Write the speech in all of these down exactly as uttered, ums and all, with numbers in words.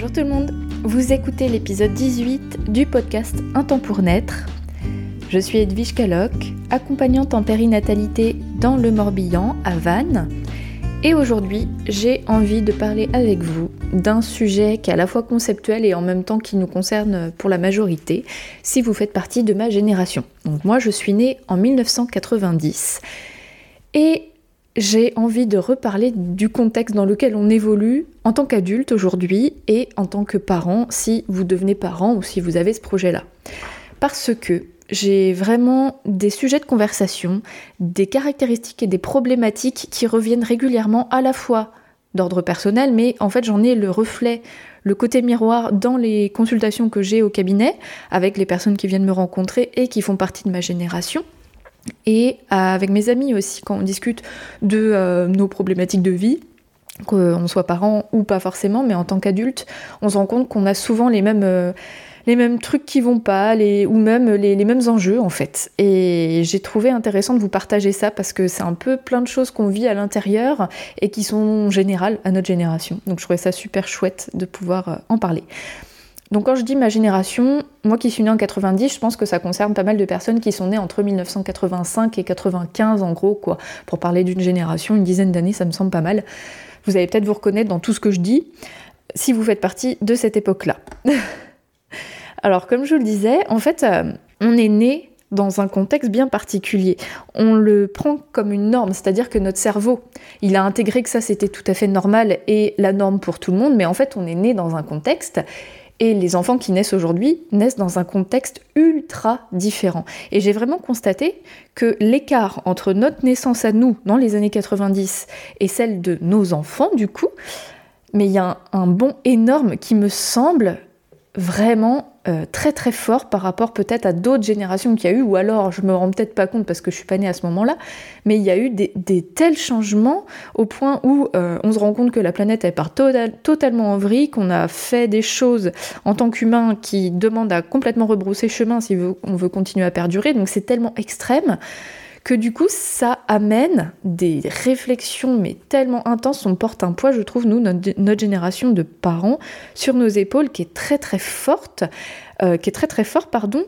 Bonjour tout le monde, vous écoutez l'épisode dix-huit du podcast Un temps pour naître. Je suis Edwige Caloc, accompagnante en périnatalité dans le Morbihan, à Vannes. Et aujourd'hui, j'ai envie de parler avec vous d'un sujet qui est à la fois conceptuel et en même temps qui nous concerne pour la majorité, si vous faites partie de ma génération. Donc moi, je suis née en dix-neuf cent quatre-vingt-dix et j'ai envie de reparler du contexte dans lequel on évolue en tant qu'adulte aujourd'hui et en tant que parent, si vous devenez parent ou si vous avez ce projet-là. Parce que j'ai vraiment des sujets de conversation, des caractéristiques et des problématiques qui reviennent régulièrement à la fois d'ordre personnel, mais en fait j'en ai le reflet, le côté miroir dans les consultations que j'ai au cabinet avec les personnes qui viennent me rencontrer et qui font partie de ma génération. Et avec mes amis aussi, quand on discute de euh, nos problématiques de vie, qu'on soit parent ou pas forcément, mais en tant qu'adulte, on se rend compte qu'on a souvent les mêmes, euh, les mêmes trucs qui vont pas, les, ou même les, les mêmes enjeux en fait. Et j'ai trouvé intéressant de vous partager ça parce que c'est un peu plein de choses qu'on vit à l'intérieur et qui sont générales à notre génération. Donc je trouvais ça super chouette de pouvoir euh, en parler. Donc quand je dis ma génération, moi qui suis née en quatre-vingt-dix, je pense que ça concerne pas mal de personnes qui sont nées entre dix-neuf cent quatre-vingt-cinq et quatre-vingt-quinze en gros, quoi. Pour parler d'une génération, une dizaine d'années, ça me semble pas mal. Vous allez peut-être vous reconnaître dans tout ce que je dis, si vous faites partie de cette époque-là. Alors comme je vous le disais, en fait, euh, on est né dans un contexte bien particulier. On le prend comme une norme, c'est-à-dire que notre cerveau, il a intégré que ça c'était tout à fait normal et la norme pour tout le monde, mais en fait on est né dans un contexte. Et les enfants qui naissent aujourd'hui naissent dans un contexte ultra différent. Et j'ai vraiment constaté que l'écart entre notre naissance à nous, dans les années quatre-vingt-dix, et celle de nos enfants, du coup, mais il y a un, un bond énorme qui me semble vraiment euh, très très fort par rapport peut-être à d'autres générations qu'il y a eu, ou alors je me rends peut-être pas compte parce que je suis pas née à ce moment-là, mais il y a eu des, des tels changements au point où euh, on se rend compte que la planète elle part total, totalement en vrille, qu'on a fait des choses en tant qu'humain qui demandent à complètement rebrousser chemin si on veut continuer à perdurer, donc c'est tellement extrême que du coup ça amène des réflexions mais tellement intenses, on porte un poids, je trouve, nous, notre, notre génération de parents, sur nos épaules qui est très très forte, euh, qui est très très fort, pardon,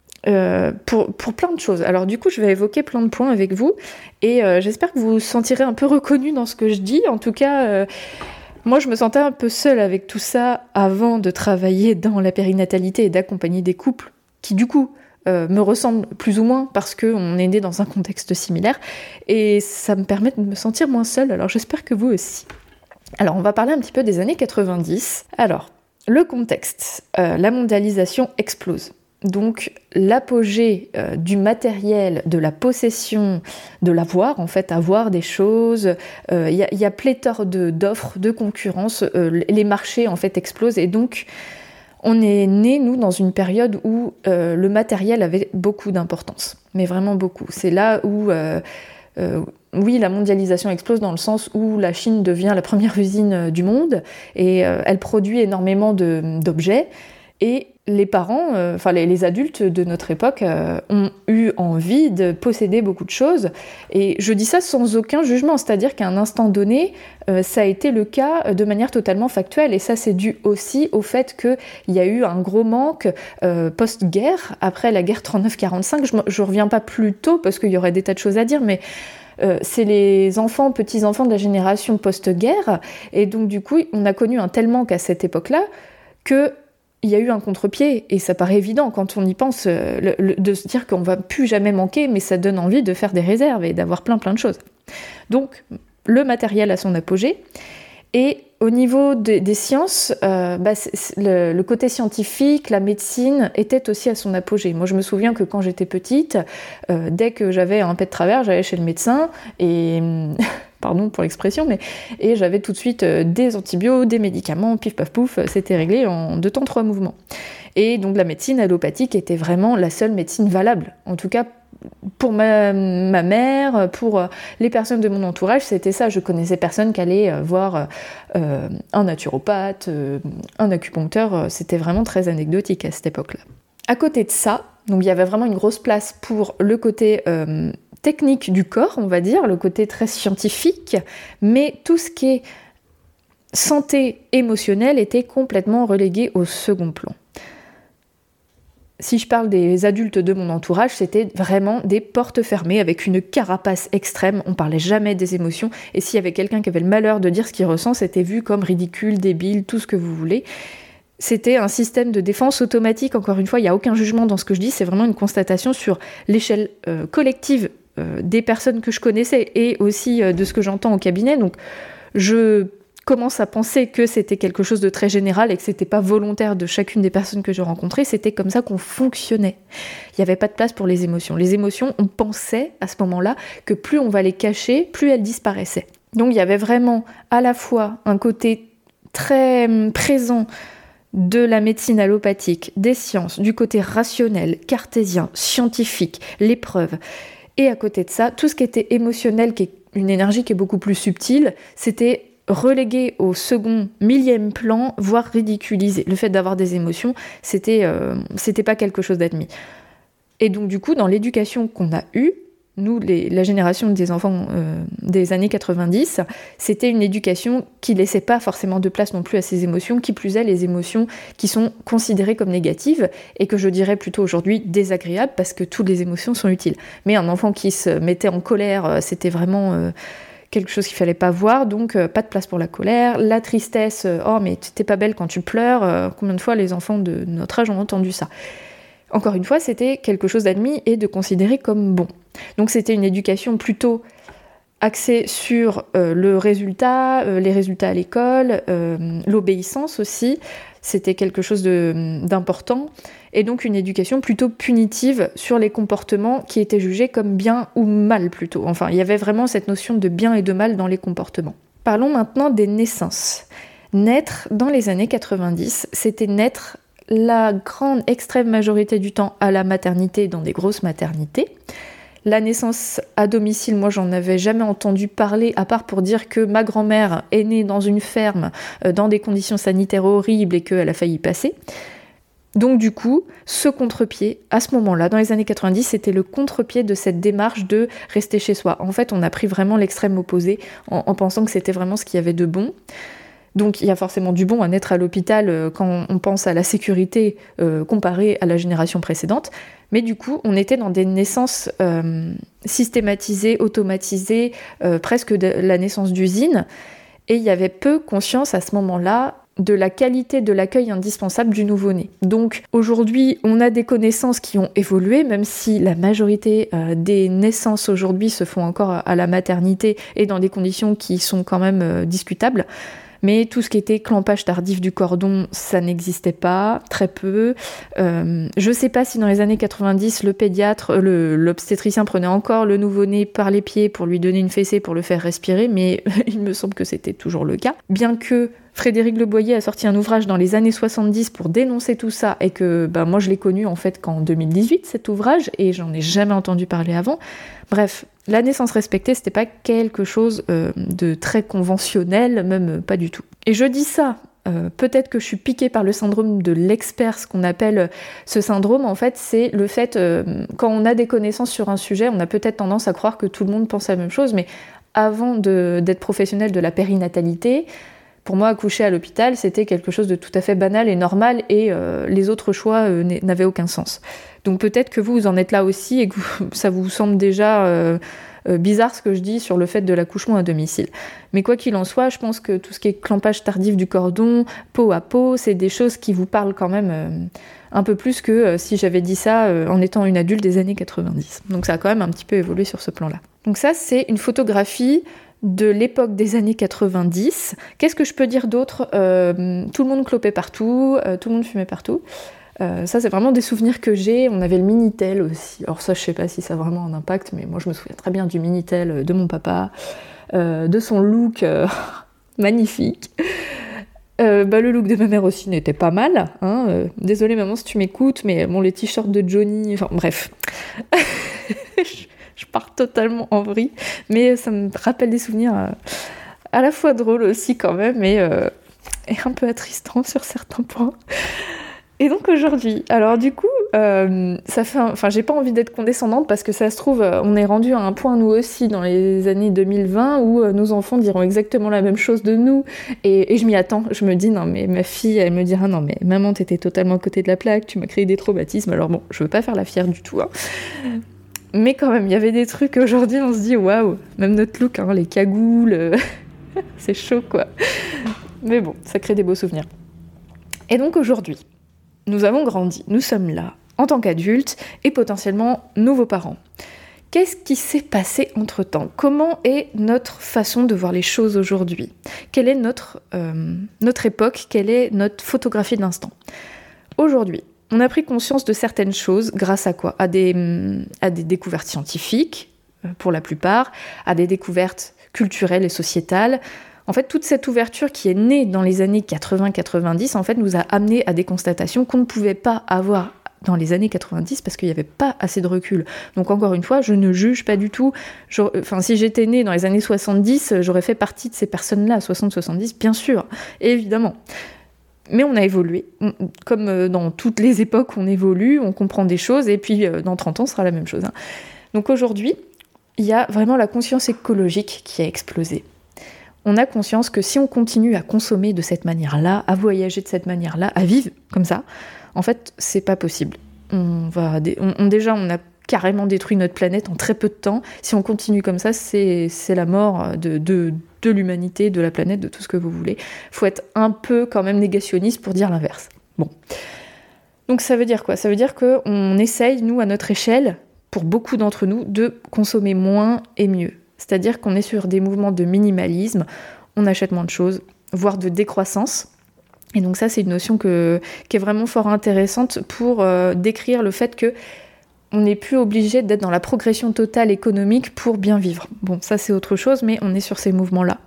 euh, pour, pour plein de choses. Alors du coup, je vais évoquer plein de points avec vous et euh, j'espère que vous vous sentirez un peu reconnu dans ce que je dis. En tout cas, euh, moi je me sentais un peu seule avec tout ça avant de travailler dans la périnatalité et d'accompagner des couples qui du coup Euh, me ressemble plus ou moins parce qu'on est né dans un contexte similaire et ça me permet de me sentir moins seule, alors j'espère que vous aussi. Alors on va parler un petit peu des années quatre-vingt-dix. Alors, le contexte, euh, la mondialisation explose. Donc l'apogée euh, du matériel, de la possession, de l'avoir, en fait, avoir des choses, il euh, y, y a pléthore de, d'offres, de concurrence, euh, les marchés en fait explosent et donc on est né, nous, dans une période où euh, le matériel avait beaucoup d'importance, mais vraiment beaucoup. C'est là où, euh, euh, oui, la mondialisation explose dans le sens où la Chine devient la première usine du monde et euh, elle produit énormément de, d'objets. Et les parents, enfin euh, les, les adultes de notre époque euh, ont eu envie de posséder beaucoup de choses. Et je dis ça sans aucun jugement, c'est-à-dire qu'à un instant donné, euh, ça a été le cas de manière totalement factuelle. Et ça, c'est dû aussi au fait qu'il y a eu un gros manque euh, post-guerre, après la guerre trente-neuf quarante-cinq. Je ne reviens pas plus tôt parce qu'il y aurait des tas de choses à dire, mais Euh, c'est les enfants, petits-enfants de la génération post-guerre. Et donc, du coup, on a connu un tel manque à cette époque-là que il y a eu un contre-pied, et ça paraît évident quand on y pense, euh, le, le, de se dire qu'on va plus jamais manquer, mais ça donne envie de faire des réserves et d'avoir plein plein de choses. Donc, le matériel a son apogée, et au niveau de, des sciences, euh, bah, c'est, c'est le, le côté scientifique, la médecine était aussi à son apogée. Moi, je me souviens que quand j'étais petite, euh, dès que j'avais un pet de travers, j'allais chez le médecin, et... pardon pour l'expression, mais et j'avais tout de suite euh, des antibiotiques, des médicaments, pif paf pouf, c'était réglé en deux temps, trois mouvements. Et donc la médecine allopathique était vraiment la seule médecine valable, en tout cas pour ma, ma mère, pour les personnes de mon entourage, c'était ça. Je connaissais personne qui allait voir euh, un naturopathe, euh, un acupuncteur, c'était vraiment très anecdotique à cette époque-là. À côté de ça, donc il y avait vraiment une grosse place pour le côté euh, technique du corps, on va dire, le côté très scientifique, mais tout ce qui est santé émotionnelle était complètement reléguée au second plan. Si je parle des adultes de mon entourage, c'était vraiment des portes fermées avec une carapace extrême, on parlait jamais des émotions, et s'il y avait quelqu'un qui avait le malheur de dire ce qu'il ressent, c'était vu comme ridicule, débile, tout ce que vous voulez. C'était un système de défense automatique, encore une fois, il n'y a aucun jugement dans ce que je dis, c'est vraiment une constatation sur l'échelle euh, collective euh, des personnes que je connaissais et aussi euh, de ce que j'entends au cabinet, donc je commence à penser que c'était quelque chose de très général et que c'était pas volontaire de chacune des personnes que je rencontrais, c'était comme ça qu'on fonctionnait. Il n'y avait pas de place pour les émotions. Les émotions, on pensait à ce moment-là que plus on va les cacher, plus elles disparaissaient. Donc il y avait vraiment à la fois un côté très présent de la médecine allopathique, des sciences, du côté rationnel, cartésien, scientifique, l'épreuve, et à côté de ça, tout ce qui était émotionnel, qui est une énergie qui est beaucoup plus subtile, c'était relégué au second millième plan, voire ridiculisé. Le fait d'avoir des émotions, c'était, euh, c'était pas quelque chose d'admis. Et donc du coup, dans l'éducation qu'on a eue, nous, les, la génération des enfants euh, des années quatre-vingt-dix, c'était une éducation qui laissait pas forcément de place non plus à ces émotions, qui plus est les émotions qui sont considérées comme négatives, et que je dirais plutôt aujourd'hui désagréables, parce que toutes les émotions sont utiles. Mais un enfant qui se mettait en colère, c'était vraiment... Euh, quelque chose qu'il fallait pas voir, donc euh, pas de place pour la colère, la tristesse, euh, oh mais t'es pas belle quand tu pleures, euh, combien de fois les enfants de notre âge ont entendu ça. Encore une fois, c'était quelque chose d'admis et de considéré comme bon. Donc c'était une éducation plutôt axée sur euh, le résultat, euh, les résultats à l'école, euh, l'obéissance aussi, c'était quelque chose de, d'important, et donc une éducation plutôt punitive sur les comportements qui étaient jugés comme bien ou mal plutôt. Enfin, il y avait vraiment cette notion de bien et de mal dans les comportements. Parlons maintenant des naissances. Naître dans les années quatre-vingt-dix, c'était naître la grande extrême majorité du temps à la maternité, dans des grosses maternités. La naissance à domicile, moi j'en avais jamais entendu parler, à part pour dire que ma grand-mère est née dans une ferme, euh, dans des conditions sanitaires horribles et qu'elle a failli y passer. Donc du coup, ce contre-pied, à ce moment-là, dans les années quatre-vingt-dix, c'était le contre-pied de cette démarche de rester chez soi. En fait, on a pris vraiment l'extrême opposé, en, en pensant que c'était vraiment ce qu'il y avait de bon. Donc il y a forcément du bon à naître à l'hôpital euh, quand on pense à la sécurité euh, comparée à la génération précédente. Mais du coup, on était dans des naissances euh, systématisées, automatisées, euh, presque de la naissance d'usine. Et il y avait peu conscience à ce moment-là de la qualité de l'accueil indispensable du nouveau-né. Donc aujourd'hui, on a des connaissances qui ont évolué, même si la majorité euh, des naissances aujourd'hui se font encore à la maternité et dans des conditions qui sont quand même euh, discutables. Mais tout ce qui était clampage tardif du cordon, ça n'existait pas, très peu. Euh, je sais pas si dans les années quatre-vingt-dix, le pédiatre, le, l'obstétricien prenait encore le nouveau-né par les pieds pour lui donner une fessée pour le faire respirer, mais il me semble que c'était toujours le cas. Bien que Frédéric Leboyer a sorti un ouvrage dans les années soixante-dix pour dénoncer tout ça, et que bah, moi je l'ai connu en fait qu'en deux mille dix-huit, cet ouvrage, et j'en ai jamais entendu parler avant. Bref, la naissance respectée, c'était pas quelque chose euh, de très conventionnel, même euh, pas du tout. Et je dis ça, euh, peut-être que je suis piquée par le syndrome de l'expert, ce qu'on appelle euh, ce syndrome, en fait, c'est le fait, euh, quand on a des connaissances sur un sujet, on a peut-être tendance à croire que tout le monde pense la même chose, mais avant de, d'être professionnel de la périnatalité, pour moi, accoucher à l'hôpital, c'était quelque chose de tout à fait banal et normal, et euh, les autres choix euh, n'avaient aucun sens. Donc peut-être que vous, vous en êtes là aussi, et que vous, ça vous semble déjà euh, euh, bizarre ce que je dis sur le fait de l'accouchement à domicile. Mais quoi qu'il en soit, je pense que tout ce qui est clampage tardif du cordon, peau à peau, c'est des choses qui vous parlent quand même euh, un peu plus que euh, si j'avais dit ça euh, en étant une adulte des années quatre-vingt-dix. Donc ça a quand même un petit peu évolué sur ce plan-là. Donc ça, c'est une photographie de l'époque des années quatre-vingt-dix. Qu'est-ce que je peux dire d'autre ? euh, Tout le monde clopait partout, euh, tout le monde fumait partout. Euh, ça, c'est vraiment des souvenirs que j'ai. On avait le Minitel aussi. Alors ça, je sais pas si ça a vraiment un impact, mais moi, je me souviens très bien du Minitel de mon papa, euh, de son look euh, magnifique. Euh, bah, le look de ma mère aussi n'était pas mal. Hein. Euh, désolée maman si tu m'écoutes, mais bon, les t-shirts de Johnny... Enfin, bref... Je pars totalement en vrille, mais ça me rappelle des souvenirs euh, à la fois drôles aussi quand même, et, euh, et un peu attristants sur certains points. Et donc aujourd'hui, alors du coup, euh, ça fait, un... enfin, j'ai pas envie d'être condescendante parce que ça se trouve, on est rendu à un point nous aussi dans les années deux mille vingt où euh, nos enfants diront exactement la même chose de nous. Et, et je m'y attends. Je me dis non mais ma fille, elle me dira non mais maman t'étais totalement à côté de la plaque, tu m'as créé des traumatismes. Alors bon, je veux pas faire la fière du tout. Hein. Mais quand même, il y avait des trucs aujourd'hui, on se dit waouh, même notre look, hein, les cagoules, euh... c'est chaud quoi. Mais bon, ça crée des beaux souvenirs. Et donc aujourd'hui. Nous avons grandi, nous sommes là, en tant qu'adultes et potentiellement nouveaux parents. Qu'est-ce qui s'est passé entre-temps ? Comment est notre façon de voir les choses aujourd'hui ? Quelle est notre, euh, notre époque ? Quelle est notre photographie de l'instant ? Aujourd'hui, on a pris conscience de certaines choses grâce à quoi ? À des, à des découvertes scientifiques, pour la plupart, à des découvertes culturelles et sociétales. En fait, toute cette ouverture qui est née dans les années quatre-vingts quatre-vingt-dix, en fait, nous a amené à des constatations qu'on ne pouvait pas avoir dans les années quatre-vingt-dix parce qu'il n'y avait pas assez de recul. Donc encore une fois, je ne juge pas du tout. Je, enfin, si j'étais née dans les années soixante-dix, j'aurais fait partie de ces personnes-là, soixante soixante-dix, bien sûr, évidemment. Mais on a évolué. Comme dans toutes les époques, on évolue, on comprend des choses, et puis dans trente ans, ce sera la même chose. Hein. Donc aujourd'hui, il y a vraiment la conscience écologique qui a explosé. On a conscience que si on continue à consommer de cette manière-là, à voyager de cette manière-là, à vivre comme ça, en fait, c'est pas possible. On va, on, on, déjà, on a carrément détruit notre planète en très peu de temps. Si on continue comme ça, c'est, c'est la mort de, de, de l'humanité, de la planète, de tout ce que vous voulez. Faut être un peu quand même négationniste pour dire l'inverse. Bon. Donc ça veut dire quoi ? Ça veut dire qu'on essaye, nous, à notre échelle, pour beaucoup d'entre nous, de consommer moins et mieux. C'est-à-dire qu'on est sur des mouvements de minimalisme, on achète moins de choses, voire de décroissance. Et donc ça, c'est une notion que, qui est vraiment fort intéressante pour euh, décrire le fait que on n'est plus obligé d'être dans la progression totale économique pour bien vivre. Bon, ça c'est autre chose, mais on est sur ces mouvements-là.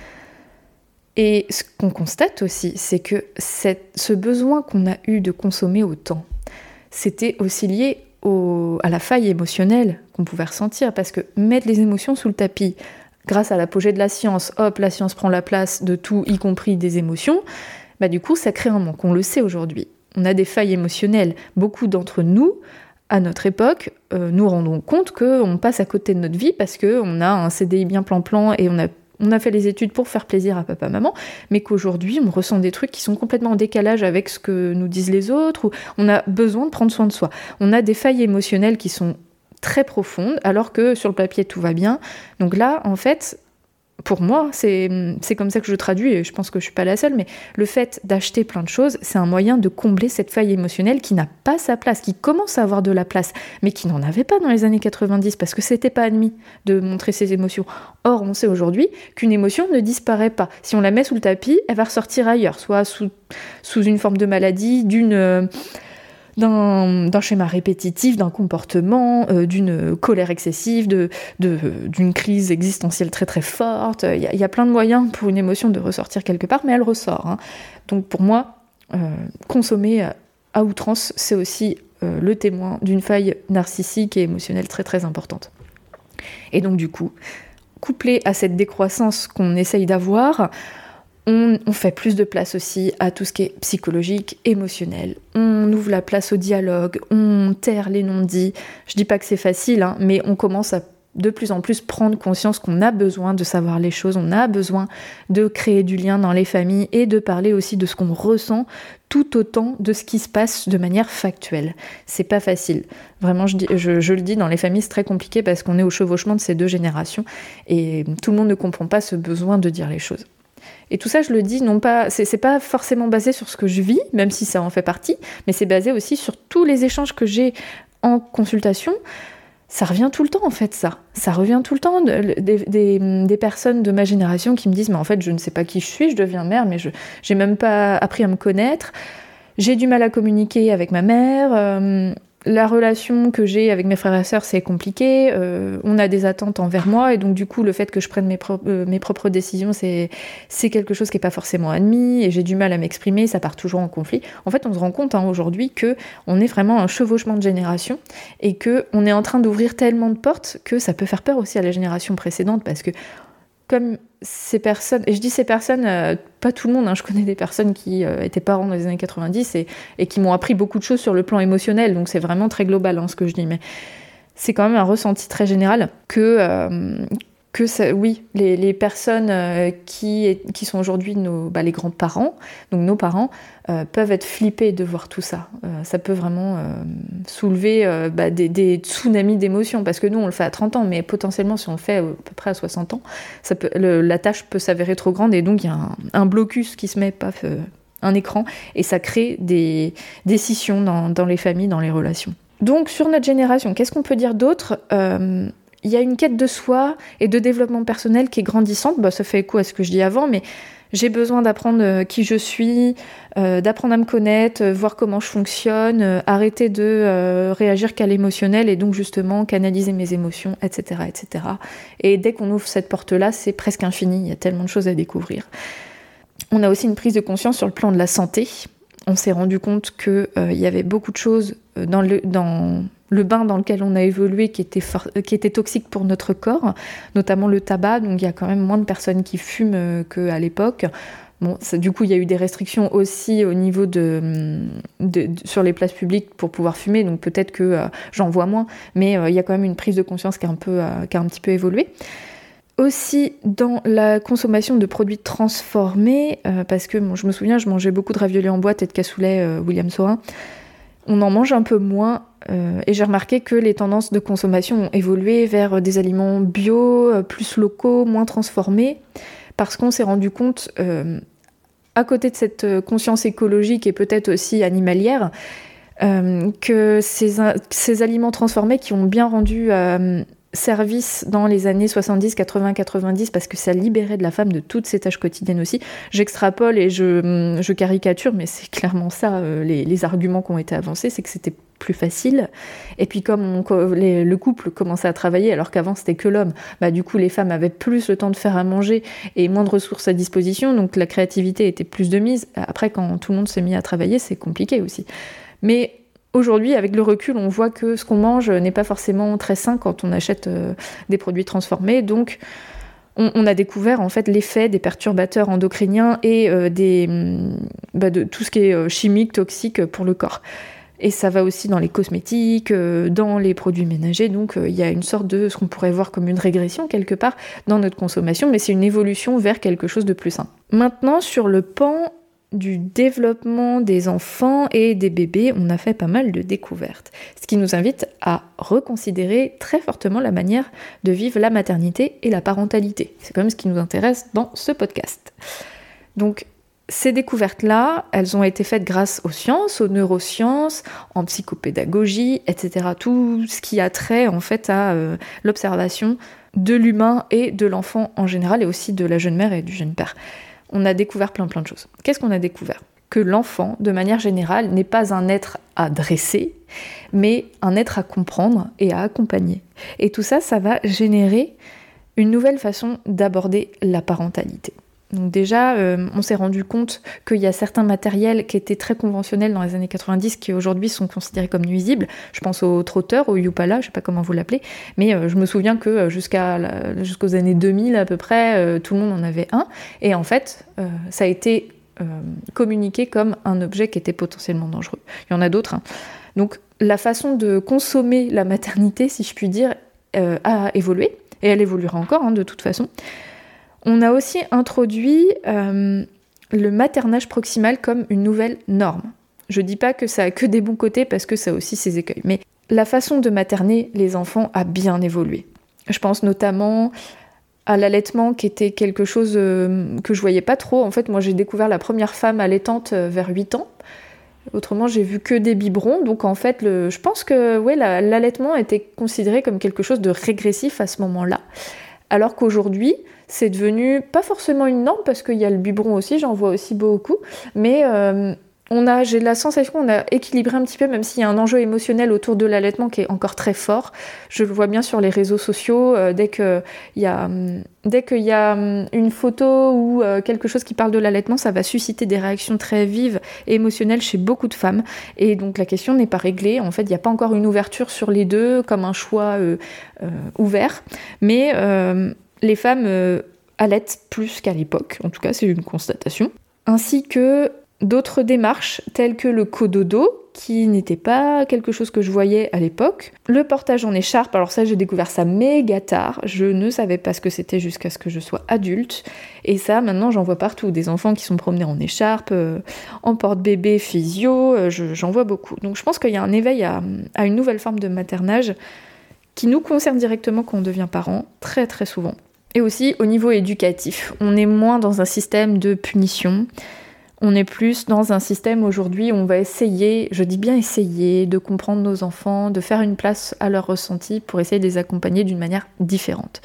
Et ce qu'on constate aussi, c'est que cette, ce besoin qu'on a eu de consommer autant, c'était aussi lié Au, à la faille émotionnelle qu'on pouvait ressentir, parce que mettre les émotions sous le tapis, grâce à l'apogée de la science, hop, la science prend la place de tout, y compris des émotions, bah du coup, ça crée un manque. On le sait aujourd'hui. On a des failles émotionnelles. Beaucoup d'entre nous, à notre époque, euh, nous rendons compte qu'on passe à côté de notre vie parce qu'on a un C D I bien plan-plan et on a On a fait les études pour faire plaisir à papa, maman, mais qu'aujourd'hui, on ressent des trucs qui sont complètement en décalage avec ce que nous disent les autres, ou on a besoin de prendre soin de soi. On a des failles émotionnelles qui sont très profondes, alors que sur le papier, tout va bien. Donc là, en fait, pour moi, c'est, c'est comme ça que je traduis, et je pense que je suis pas la seule, mais le fait d'acheter plein de choses, c'est un moyen de combler cette faille émotionnelle qui n'a pas sa place, qui commence à avoir de la place, mais qui n'en avait pas dans les années quatre-vingt-dix, parce que c'était pas admis de montrer ses émotions. Or, on sait aujourd'hui qu'une émotion ne disparaît pas. Si on la met sous le tapis, elle va ressortir ailleurs, soit sous, sous une forme de maladie, d'une... Euh, D'un, d'un schéma répétitif, d'un comportement, euh, d'une colère excessive, de, de, d'une crise existentielle très très forte. Il y, y a plein de moyens pour une émotion de ressortir quelque part, mais elle ressort. Hein. Donc pour moi, euh, consommer à outrance, c'est aussi euh, le témoin d'une faille narcissique et émotionnelle très très importante. Et donc du coup, couplé à cette décroissance qu'on essaye d'avoir, On, on fait plus de place aussi à tout ce qui est psychologique, émotionnel. On ouvre la place au dialogue, on terre les non-dits. Je dis pas que c'est facile, hein, mais on commence à de plus en plus prendre conscience qu'on a besoin de savoir les choses, on a besoin de créer du lien dans les familles et de parler aussi de ce qu'on ressent tout autant de ce qui se passe de manière factuelle. C'est pas facile. Vraiment, je, dis, je, je le dis, dans les familles, c'est très compliqué parce qu'on est au chevauchement de ces deux générations et tout le monde ne comprend pas ce besoin de dire les choses. Et tout ça, je le dis, non pas, c'est, c'est pas forcément basé sur ce que je vis, même si ça en fait partie, mais c'est basé aussi sur tous les échanges que j'ai en consultation. Ça revient tout le temps, en fait, ça. Ça revient tout le temps. Des, des, des personnes de ma génération qui me disent « Mais en fait, je ne sais pas qui je suis, je deviens mère, mais je j'ai même pas appris à me connaître. J'ai du mal à communiquer avec ma mère. Euh, la relation que j'ai avec mes frères et sœurs, c'est compliqué. Euh, on a des attentes envers moi. Et donc, du coup, le fait que je prenne mes, pro- euh, mes propres décisions, c'est, c'est quelque chose qui n'est pas forcément admis. Et j'ai du mal à m'exprimer. Ça part toujours en conflit. En fait, on se rend compte hein, aujourd'hui qu'on est vraiment un chevauchement de génération et qu'on est en train d'ouvrir tellement de portes que ça peut faire peur aussi à la génération précédente parce que comme ces personnes, et je dis ces personnes, euh, pas tout le monde, hein, je connais des personnes qui euh, étaient parents dans les années quatre-vingt-dix et, et qui m'ont appris beaucoup de choses sur le plan émotionnel, donc c'est vraiment très global hein, ce que je dis, mais c'est quand même un ressenti très général que, euh, que ça, oui, les, les personnes euh, qui, qui sont aujourd'hui nos, bah, les grands-parents, donc nos parents, euh, peuvent être flippés de voir tout ça. Euh, ça peut vraiment euh, soulever euh, bah, des, des tsunamis d'émotions, parce que nous, on le fait à trente ans, mais potentiellement, si on le fait à peu près à soixante ans, ça peut, le, la tâche peut s'avérer trop grande, et donc il y a un, un blocus qui se met, paf, euh, un écran, et ça crée des, des scissions dans, dans les familles, dans les relations. Donc, sur notre génération, qu'est-ce qu'on peut dire d'autre ? euh, Il y a une quête de soi et de développement personnel qui est grandissante. Bah, ça fait écho à ce que je dis avant, mais j'ai besoin d'apprendre qui je suis, euh, d'apprendre à me connaître, voir comment je fonctionne, euh, arrêter de euh, réagir qu'à l'émotionnel et donc justement canaliser mes émotions, et cetera, et cetera. Et dès qu'on ouvre cette porte-là, c'est presque infini. Il y a tellement de choses à découvrir. On a aussi une prise de conscience sur le plan de la santé. On s'est rendu compte qu'il euh, y avait beaucoup de choses dans le, dans le bain dans lequel on a évolué qui étaient, for- qui étaient toxiques pour notre corps, notamment le tabac. Donc il y a quand même moins de personnes qui fument euh, qu'à l'époque. Bon, ça, du coup, il y a eu des restrictions aussi au niveau de, de, de sur les places publiques pour pouvoir fumer. Donc peut-être que euh, j'en vois moins, mais euh, il y a quand même une prise de conscience qui a un, peu, euh, qui a un petit peu évolué. Aussi dans la consommation de produits transformés, euh, parce que bon, je me souviens, je mangeais beaucoup de raviolis en boîte et de cassoulet euh, William Saurin. On en mange un peu moins euh, et j'ai remarqué que les tendances de consommation ont évolué vers des aliments bio, euh, plus locaux, moins transformés, parce qu'on s'est rendu compte, euh, à côté de cette conscience écologique et peut-être aussi animalière, euh, que ces, ces aliments transformés qui ont bien rendu euh, service dans les années soixante-dix, quatre-vingts, quatre-vingt-dix, parce que ça libérait de la femme de toutes ses tâches quotidiennes aussi. J'extrapole et je, je caricature, mais c'est clairement ça, euh, les, les arguments qui ont été avancés, c'est que c'était plus facile. Et puis comme on, les, le couple commençait à travailler, alors qu'avant c'était que l'homme, bah du coup les femmes avaient plus le temps de faire à manger et moins de ressources à disposition, donc la créativité était plus de mise. Après, quand tout le monde s'est mis à travailler, c'est compliqué aussi. Mais aujourd'hui, avec le recul, on voit que ce qu'on mange n'est pas forcément très sain quand on achète euh, des produits transformés. Donc, on, on a découvert en fait l'effet des perturbateurs endocriniens et euh, des, bah, de tout ce qui est euh, chimique, toxique pour le corps. Et ça va aussi dans les cosmétiques, euh, dans les produits ménagers. Donc, il euh, y a une sorte de ce qu'on pourrait voir comme une régression quelque part dans notre consommation, mais c'est une évolution vers quelque chose de plus sain. Maintenant, sur le pan du développement des enfants et des bébés, on a fait pas mal de découvertes. Ce qui nous invite à reconsidérer très fortement la manière de vivre la maternité et la parentalité. C'est quand même ce qui nous intéresse dans ce podcast. Donc, ces découvertes-là, elles ont été faites grâce aux sciences, aux neurosciences, en psychopédagogie, et cetera. Tout ce qui a trait en fait à euh, l'observation de l'humain et de l'enfant en général, et aussi de la jeune mère et du jeune père. On a découvert plein plein de choses. Qu'est-ce qu'on a découvert ? Que l'enfant, de manière générale, n'est pas un être à dresser, mais un être à comprendre et à accompagner. Et tout ça, ça va générer une nouvelle façon d'aborder la parentalité. Donc déjà, euh, on s'est rendu compte qu'il y a certains matériels qui étaient très conventionnels dans les années quatre-vingt-dix qui aujourd'hui sont considérés comme nuisibles. Je pense au trotteur, au Yupala, je sais pas comment vous l'appelez, mais euh, je me souviens que jusqu'à la, jusqu'aux années deux mille à peu près, euh, tout le monde en avait un. Et en fait, euh, ça a été euh, communiqué comme un objet qui était potentiellement dangereux. Il y en a d'autres. Hein. Donc la façon de consommer la maternité, si je puis dire, euh, a évolué, et elle évoluera encore hein, de toute façon. On a aussi introduit euh, le maternage proximal comme une nouvelle norme. Je dis pas que ça a que des bons côtés parce que ça a aussi ses écueils, mais la façon de materner les enfants a bien évolué. Je pense notamment à l'allaitement qui était quelque chose euh, que je voyais pas trop. En fait, moi j'ai découvert la première femme allaitante vers huit ans. Autrement, j'ai vu que des biberons. Donc en fait, le, je pense que ouais, la, l'allaitement était considéré comme quelque chose de régressif à ce moment-là. Alors qu'aujourd'hui, c'est devenu pas forcément une norme, parce qu'il y a le biberon aussi, j'en vois aussi beaucoup, mais euh, on a, j'ai la sensation qu'on a équilibré un petit peu, même s'il y a un enjeu émotionnel autour de l'allaitement qui est encore très fort. Je le vois bien sur les réseaux sociaux, euh, dès qu'il y a, dès qu'il y a une photo ou euh, quelque chose qui parle de l'allaitement, ça va susciter des réactions très vives et émotionnelles chez beaucoup de femmes. Et donc la question n'est pas réglée. En fait, il n'y a pas encore une ouverture sur les deux, comme un choix euh, euh, ouvert. Mais euh, les femmes... Euh, allaitent plus qu'à l'époque, en tout cas c'est une constatation, ainsi que d'autres démarches telles que le cododo, qui n'était pas quelque chose que je voyais à l'époque. Le portage en écharpe, alors ça j'ai découvert ça méga tard, je ne savais pas ce que c'était jusqu'à ce que je sois adulte, et ça maintenant j'en vois partout, des enfants qui sont promenés en écharpe, euh, en porte-bébé physio, euh, je, j'en vois beaucoup. Donc je pense qu'il y a un éveil à, à une nouvelle forme de maternage qui nous concerne directement quand on devient parent, très très souvent. Et aussi au niveau éducatif, on est moins dans un système de punition. On est plus dans un système aujourd'hui où on va essayer, je dis bien essayer, de comprendre nos enfants, de faire une place à leurs ressentis pour essayer de les accompagner d'une manière différente.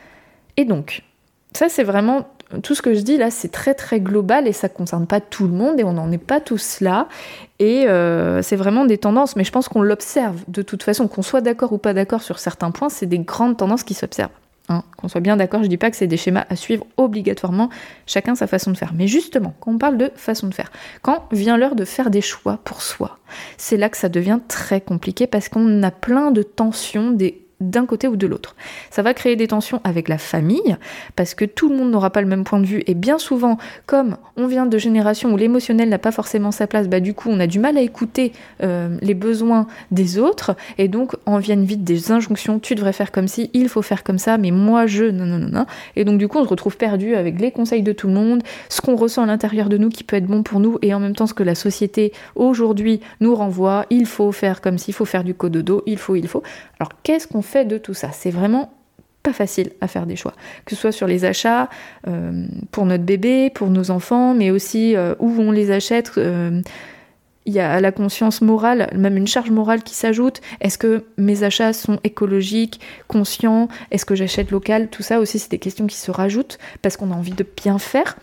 Et donc, ça c'est vraiment, tout ce que je dis là, c'est très très global et ça ne concerne pas tout le monde et on n'en est pas tous là. Et euh, c'est vraiment des tendances, mais je pense qu'on l'observe de toute façon, qu'on soit d'accord ou pas d'accord sur certains points, c'est des grandes tendances qui s'observent. Hein, qu'on soit bien d'accord, je dis pas que c'est des schémas à suivre obligatoirement, chacun sa façon de faire. Mais justement, quand on parle de façon de faire, quand vient l'heure de faire des choix pour soi, c'est là que ça devient très compliqué parce qu'on a plein de tensions des d'un côté ou de l'autre. Ça va créer des tensions avec la famille, parce que tout le monde n'aura pas le même point de vue, et bien souvent, comme on vient de générations où l'émotionnel n'a pas forcément sa place, bah du coup on a du mal à écouter euh, les besoins des autres, et donc en viennent vite des injonctions, tu devrais faire comme ci, il faut faire comme ça, mais moi je, non, non, non, non, et donc du coup on se retrouve perdu avec les conseils de tout le monde, ce qu'on ressent à l'intérieur de nous qui peut être bon pour nous, et en même temps ce que la société aujourd'hui nous renvoie, il faut faire comme ci, il faut faire du cododo, il faut, il faut. Alors qu'est-ce qu'on fait de tout ça? C'est vraiment pas facile à faire des choix, que ce soit sur les achats euh, pour notre bébé, pour nos enfants, mais aussi euh, où on les achète. Euh, il y a la conscience morale, même une charge morale qui s'ajoute. Est-ce que mes achats sont écologiques, conscients? Est-ce que j'achète local? Tout ça aussi, c'est des questions qui se rajoutent parce qu'on a envie de bien faire.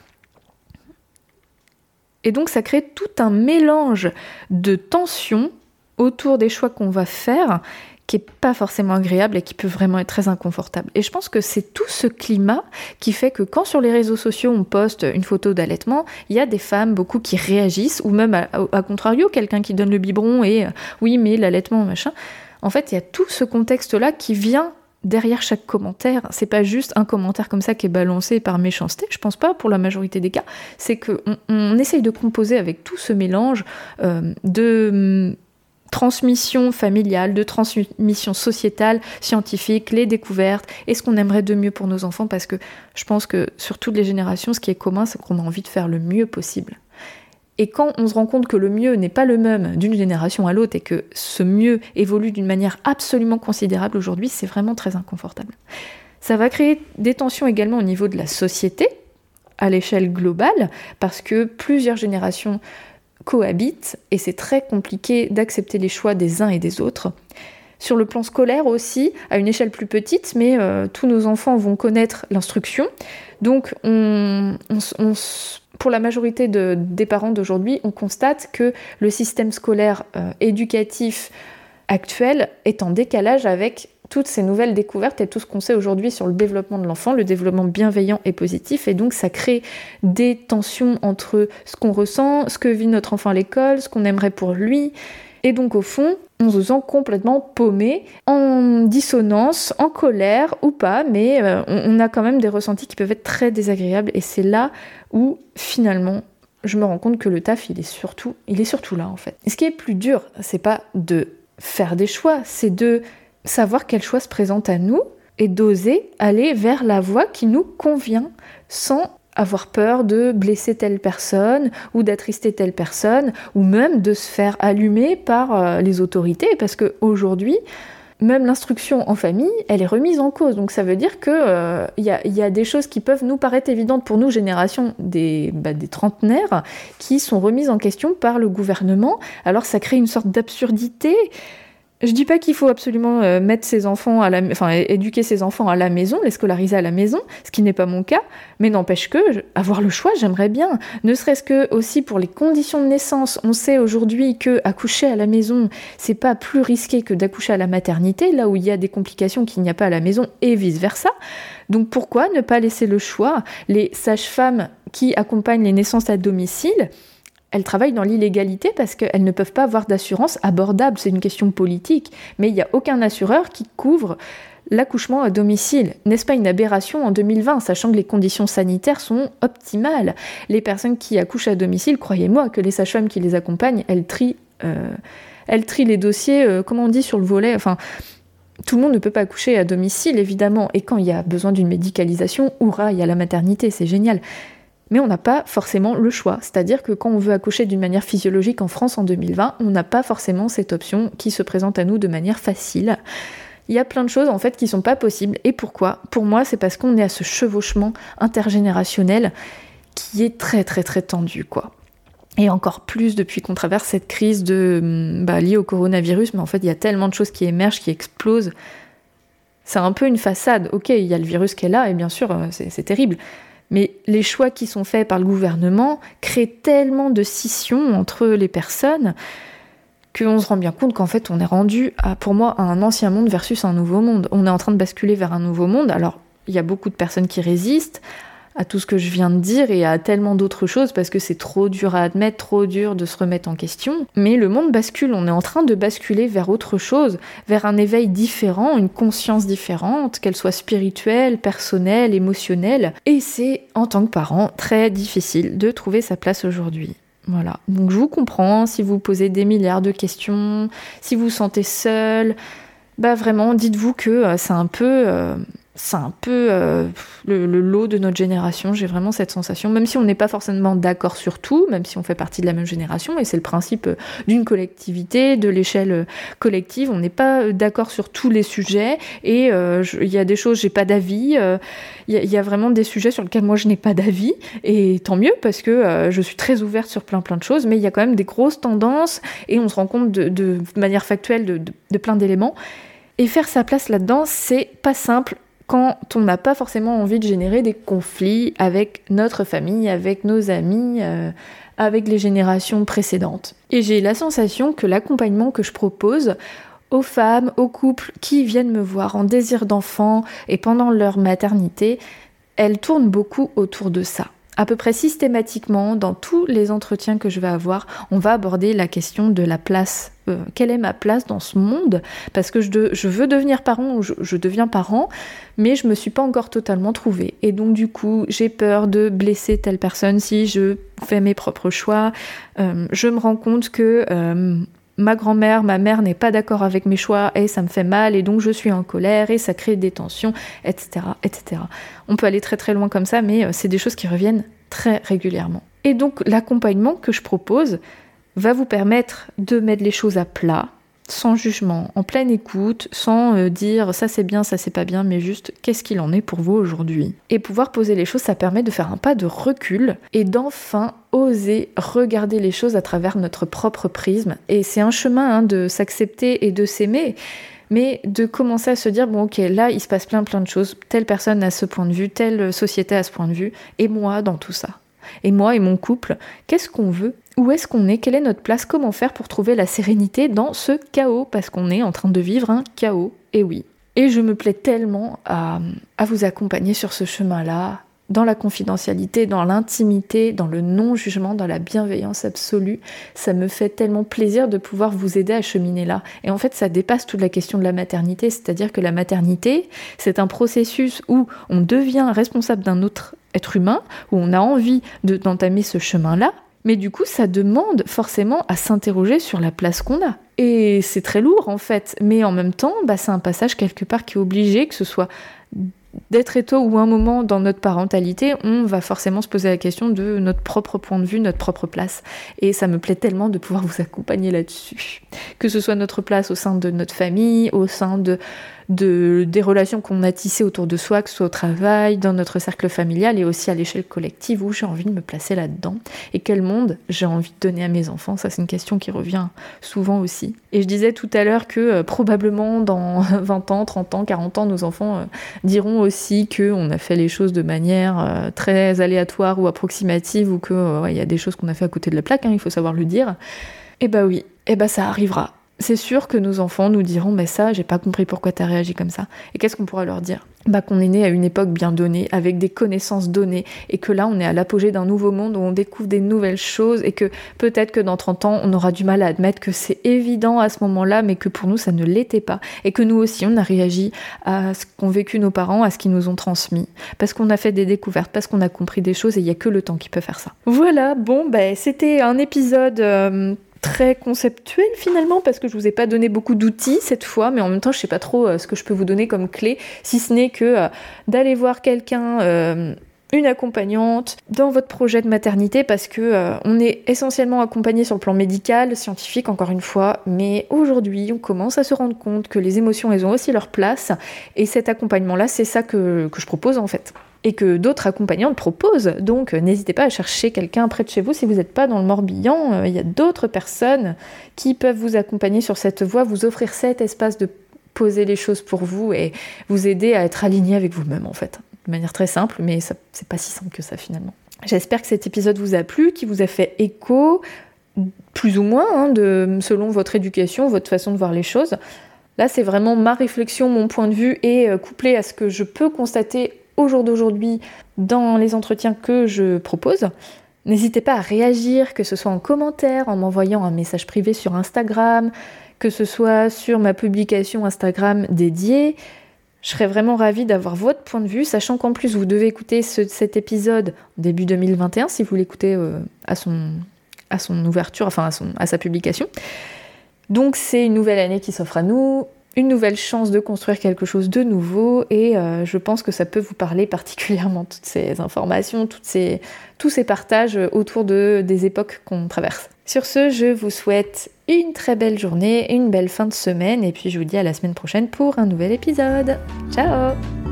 Et donc ça crée tout un mélange de tensions autour des choix qu'on va faire qui est pas forcément agréable et qui peut vraiment être très inconfortable. Et je pense que c'est tout ce climat qui fait que quand sur les réseaux sociaux on poste une photo d'allaitement, il y a des femmes beaucoup qui réagissent, ou même à, à contrario, quelqu'un qui donne le biberon et euh, oui mais l'allaitement machin. En fait il y a tout ce contexte-là qui vient derrière chaque commentaire. C'est pas juste un commentaire comme ça qui est balancé par méchanceté, je pense pas pour la majorité des cas, c'est qu'on on essaye de composer avec tout ce mélange euh, de transmission familiale, de transmission sociétale, scientifique, les découvertes, et ce qu'on aimerait de mieux pour nos enfants, parce que je pense que sur toutes les générations, ce qui est commun, c'est qu'on a envie de faire le mieux possible. Et quand on se rend compte que le mieux n'est pas le même d'une génération à l'autre, et que ce mieux évolue d'une manière absolument considérable aujourd'hui, c'est vraiment très inconfortable. Ça va créer des tensions également au niveau de la société, à l'échelle globale, parce que plusieurs générations cohabitent et c'est très compliqué d'accepter les choix des uns et des autres. Sur le plan scolaire aussi, à une échelle plus petite, mais euh, tous nos enfants vont connaître l'instruction. Donc, on, on, on, pour la majorité de, des parents d'aujourd'hui, on constate que le système scolaire euh, éducatif actuel est en décalage avec toutes ces nouvelles découvertes et tout ce qu'on sait aujourd'hui sur le développement de l'enfant, le développement bienveillant et positif, et donc ça crée des tensions entre ce qu'on ressent, ce que vit notre enfant à l'école, ce qu'on aimerait pour lui, et donc au fond, on se sent complètement paumé, en dissonance, en colère ou pas, mais euh, on a quand même des ressentis qui peuvent être très désagréables, et c'est là où finalement je me rends compte que le taf il est surtout, il est surtout là en fait. Et ce qui est plus dur, c'est pas de faire des choix, c'est de savoir quel choix se présente à nous et d'oser aller vers la voie qui nous convient sans avoir peur de blesser telle personne ou d'attrister telle personne ou même de se faire allumer par euh, les autorités, parce qu'aujourd'hui, même l'instruction en famille, elle est remise en cause. Donc ça veut dire qu'il euh, y, a, y a des choses qui peuvent nous paraître évidentes pour nous, génération des, bah, des trentenaires, qui sont remises en question par le gouvernement. Alors ça crée une sorte d'absurdité. Je dis pas qu'il faut absolument euh, mettre ses enfants à la, enfin éduquer ses enfants à la maison, les scolariser à la maison, ce qui n'est pas mon cas, mais n'empêche que avoir le choix, j'aimerais bien. Ne serait-ce que aussi pour les conditions de naissance, on sait aujourd'hui que accoucher à la maison, c'est pas plus risqué que d'accoucher à la maternité, là où il y a des complications qu'il n'y a pas à la maison et vice versa. Donc pourquoi ne pas laisser le choix? Les sages-femmes qui accompagnent les naissances à domicile, elles travaillent dans l'illégalité parce qu'elles ne peuvent pas avoir d'assurance abordable. C'est une question politique, mais il n'y a aucun assureur qui couvre l'accouchement à domicile. N'est-ce pas une aberration en deux mille vingt, sachant que les conditions sanitaires sont optimales? Les personnes qui accouchent à domicile, croyez-moi que les sages-femmes qui les accompagnent, elles trient, euh, elles trient les dossiers, euh, comment on dit, sur le volet, enfin... Tout le monde ne peut pas accoucher à domicile, évidemment, et quand il y a besoin d'une médicalisation, hurrah, il y a la maternité, c'est génial. Mais on n'a pas forcément le choix, c'est-à-dire que quand on veut accoucher d'une manière physiologique en France en deux mille vingt, on n'a pas forcément cette option qui se présente à nous de manière facile. Il y a plein de choses en fait qui sont pas possibles, et pourquoi ? Pour moi, c'est parce qu'on est à ce chevauchement intergénérationnel qui est très très très tendu, quoi. Et encore plus depuis qu'on traverse cette crise de, bah, liée au coronavirus, mais en fait, il y a tellement de choses qui émergent, qui explosent. C'est un peu une façade. Ok, il y a le virus qui est là, et bien sûr, c'est, c'est terrible. Mais les choix qui sont faits par le gouvernement créent tellement de scissions entre les personnes qu'on se rend bien compte qu'en fait, on est rendu, à, pour moi, à un ancien monde versus un nouveau monde. On est en train de basculer vers un nouveau monde. Alors, il y a beaucoup de personnes qui résistent à tout ce que je viens de dire et à tellement d'autres choses parce que c'est trop dur à admettre, trop dur de se remettre en question. Mais le monde bascule, on est en train de basculer vers autre chose, vers un éveil différent, une conscience différente, qu'elle soit spirituelle, personnelle, émotionnelle. Et c'est, en tant que parent, très difficile de trouver sa place aujourd'hui. Voilà, donc je vous comprends si vous posez des milliards de questions, si vous vous sentez seul, bah vraiment, dites-vous que euh, c'est un peu... Euh, c'est un peu euh, le, le lot de notre génération, j'ai vraiment cette sensation, même si on n'est pas forcément d'accord sur tout, même si on fait partie de la même génération, et c'est le principe d'une collectivité, de l'échelle collective, on n'est pas d'accord sur tous les sujets, et il euh, y a des choses, j'ai pas d'avis, il euh, y, y a vraiment des sujets sur lesquels moi je n'ai pas d'avis, et tant mieux, parce que euh, je suis très ouverte sur plein plein de choses, mais il y a quand même des grosses tendances, et on se rend compte de, de, de manière factuelle de, de, de plein d'éléments, et faire sa place là-dedans, c'est pas simple, quand on n'a pas forcément envie de générer des conflits avec notre famille, avec nos amis, euh, avec les générations précédentes. Et j'ai la sensation que l'accompagnement que je propose aux femmes, aux couples qui viennent me voir en désir d'enfant et pendant leur maternité, elle tourne beaucoup autour de ça. À peu près systématiquement, dans tous les entretiens que je vais avoir, on va aborder la question de la place. Euh, quelle est ma place dans ce monde ? Parce que je, de, je veux devenir parent ou je, je deviens parent, mais je me suis pas encore totalement trouvée. Et donc du coup, j'ai peur de blesser telle personne si je fais mes propres choix. Euh, je me rends compte que... Euh, ma grand-mère, ma mère n'est pas d'accord avec mes choix et ça me fait mal et donc je suis en colère et ça crée des tensions, et cetera, et cetera. On peut aller très très loin comme ça, mais c'est des choses qui reviennent très régulièrement. Et donc l'accompagnement que je propose va vous permettre de mettre les choses à plat, sans jugement, en pleine écoute, sans euh, dire ça c'est bien, ça c'est pas bien, mais juste qu'est-ce qu'il en est pour vous aujourd'hui. Et pouvoir poser les choses, ça permet de faire un pas de recul et d'enfin oser regarder les choses à travers notre propre prisme. Et c'est un chemin hein, de s'accepter et de s'aimer, mais de commencer à se dire, bon ok, là il se passe plein plein de choses, telle personne a ce point de vue, telle société a ce point de vue, et moi dans tout ça. Et moi et mon couple, qu'est-ce qu'on veut ? Où est-ce qu'on est ? Quelle est notre place ? Comment faire pour trouver la sérénité dans ce chaos ? Parce qu'on est en train de vivre un chaos, et oui. Et je me plais tellement à, à vous accompagner sur ce chemin-là, dans la confidentialité, dans l'intimité, dans le non-jugement, dans la bienveillance absolue. Ça me fait tellement plaisir de pouvoir vous aider à cheminer là. Et en fait, ça dépasse toute la question de la maternité, c'est-à-dire que la maternité, c'est un processus où on devient responsable d'un autre être humain, où on a envie de, d'entamer ce chemin-là, mais du coup, ça demande forcément à s'interroger sur la place qu'on a. Et c'est très lourd, en fait. Mais en même temps, bah, c'est un passage quelque part qui est obligé, que ce soit d'être étau ou un moment dans notre parentalité, on va forcément se poser la question de notre propre point de vue, notre propre place. Et ça me plaît tellement de pouvoir vous accompagner là-dessus. Que ce soit notre place au sein de notre famille, au sein de... De, des relations qu'on a tissées autour de soi, que ce soit au travail, dans notre cercle familial et aussi à l'échelle collective où j'ai envie de me placer là-dedans. Et quel monde j'ai envie de donner à mes enfants ? Ça, c'est une question qui revient souvent aussi. Et je disais tout à l'heure que euh, probablement dans vingt ans, trente ans, quarante ans, nos enfants euh, diront aussi qu'on a fait les choses de manière euh, très aléatoire ou approximative ou qu'il euh, ouais, y a des choses qu'on a fait à côté de la plaque, hein, il faut savoir le dire. Et bah oui, et bah ça arrivera. c'est sûr que nos enfants nous diront « mais ça, j'ai pas compris pourquoi t'as réagi comme ça ». Et qu'est-ce qu'on pourra leur dire ? Bah qu'on est né à une époque bien donnée, avec des connaissances données, et que là on est à l'apogée d'un nouveau monde où on découvre des nouvelles choses, et que peut-être que dans trente ans on aura du mal à admettre que c'est évident à ce moment-là, mais que pour nous ça ne l'était pas, et que nous aussi on a réagi à ce qu'ont vécu nos parents, à ce qu'ils nous ont transmis, parce qu'on a fait des découvertes, parce qu'on a compris des choses, et il n'y a que le temps qui peut faire ça. Voilà, bon bah c'était un épisode... Euh, très conceptuel finalement, parce que je vous ai pas donné beaucoup d'outils cette fois, mais en même temps je sais pas trop euh, ce que je peux vous donner comme clé, si ce n'est que euh, d'aller voir quelqu'un, euh, une accompagnante dans votre projet de maternité, parce que euh, on est essentiellement accompagné sur le plan médical, scientifique encore une fois, mais aujourd'hui on commence à se rendre compte que les émotions elles ont aussi leur place, et cet accompagnement là c'est ça que, que je propose en fait. Et que d'autres accompagnantes proposent. Donc euh, n'hésitez pas à chercher quelqu'un près de chez vous si vous n'êtes pas dans le Morbihan. Euh, il y a d'autres personnes qui peuvent vous accompagner sur cette voie, vous offrir cet espace de poser les choses pour vous et vous aider à être aligné avec vous-même en fait. De manière très simple, mais ça, c'est pas si simple que ça finalement. J'espère que cet épisode vous a plu, qu'il vous a fait écho, plus ou moins, hein, de, selon votre éducation, votre façon de voir les choses. Là c'est vraiment ma réflexion, mon point de vue, et euh, couplé à ce que je peux constater au jour d'aujourd'hui dans les entretiens que je propose. N'hésitez pas à réagir, que ce soit en commentaire, en m'envoyant un message privé sur Instagram, que ce soit sur ma publication Instagram dédiée. Je serais vraiment ravie d'avoir votre point de vue, sachant qu'en plus vous devez écouter ce, cet épisode début deux mille vingt et un, si vous l'écoutez euh, à, son, à son ouverture, enfin à, son, à sa publication. Donc c'est une nouvelle année qui s'offre à nous, une nouvelle chance de construire quelque chose de nouveau, et euh, je pense que ça peut vous parler particulièrement, toutes ces informations, toutes ces, tous ces partages autour de, des époques qu'on traverse. Sur ce, je vous souhaite une très belle journée, une belle fin de semaine, et puis je vous dis à la semaine prochaine pour un nouvel épisode. Ciao!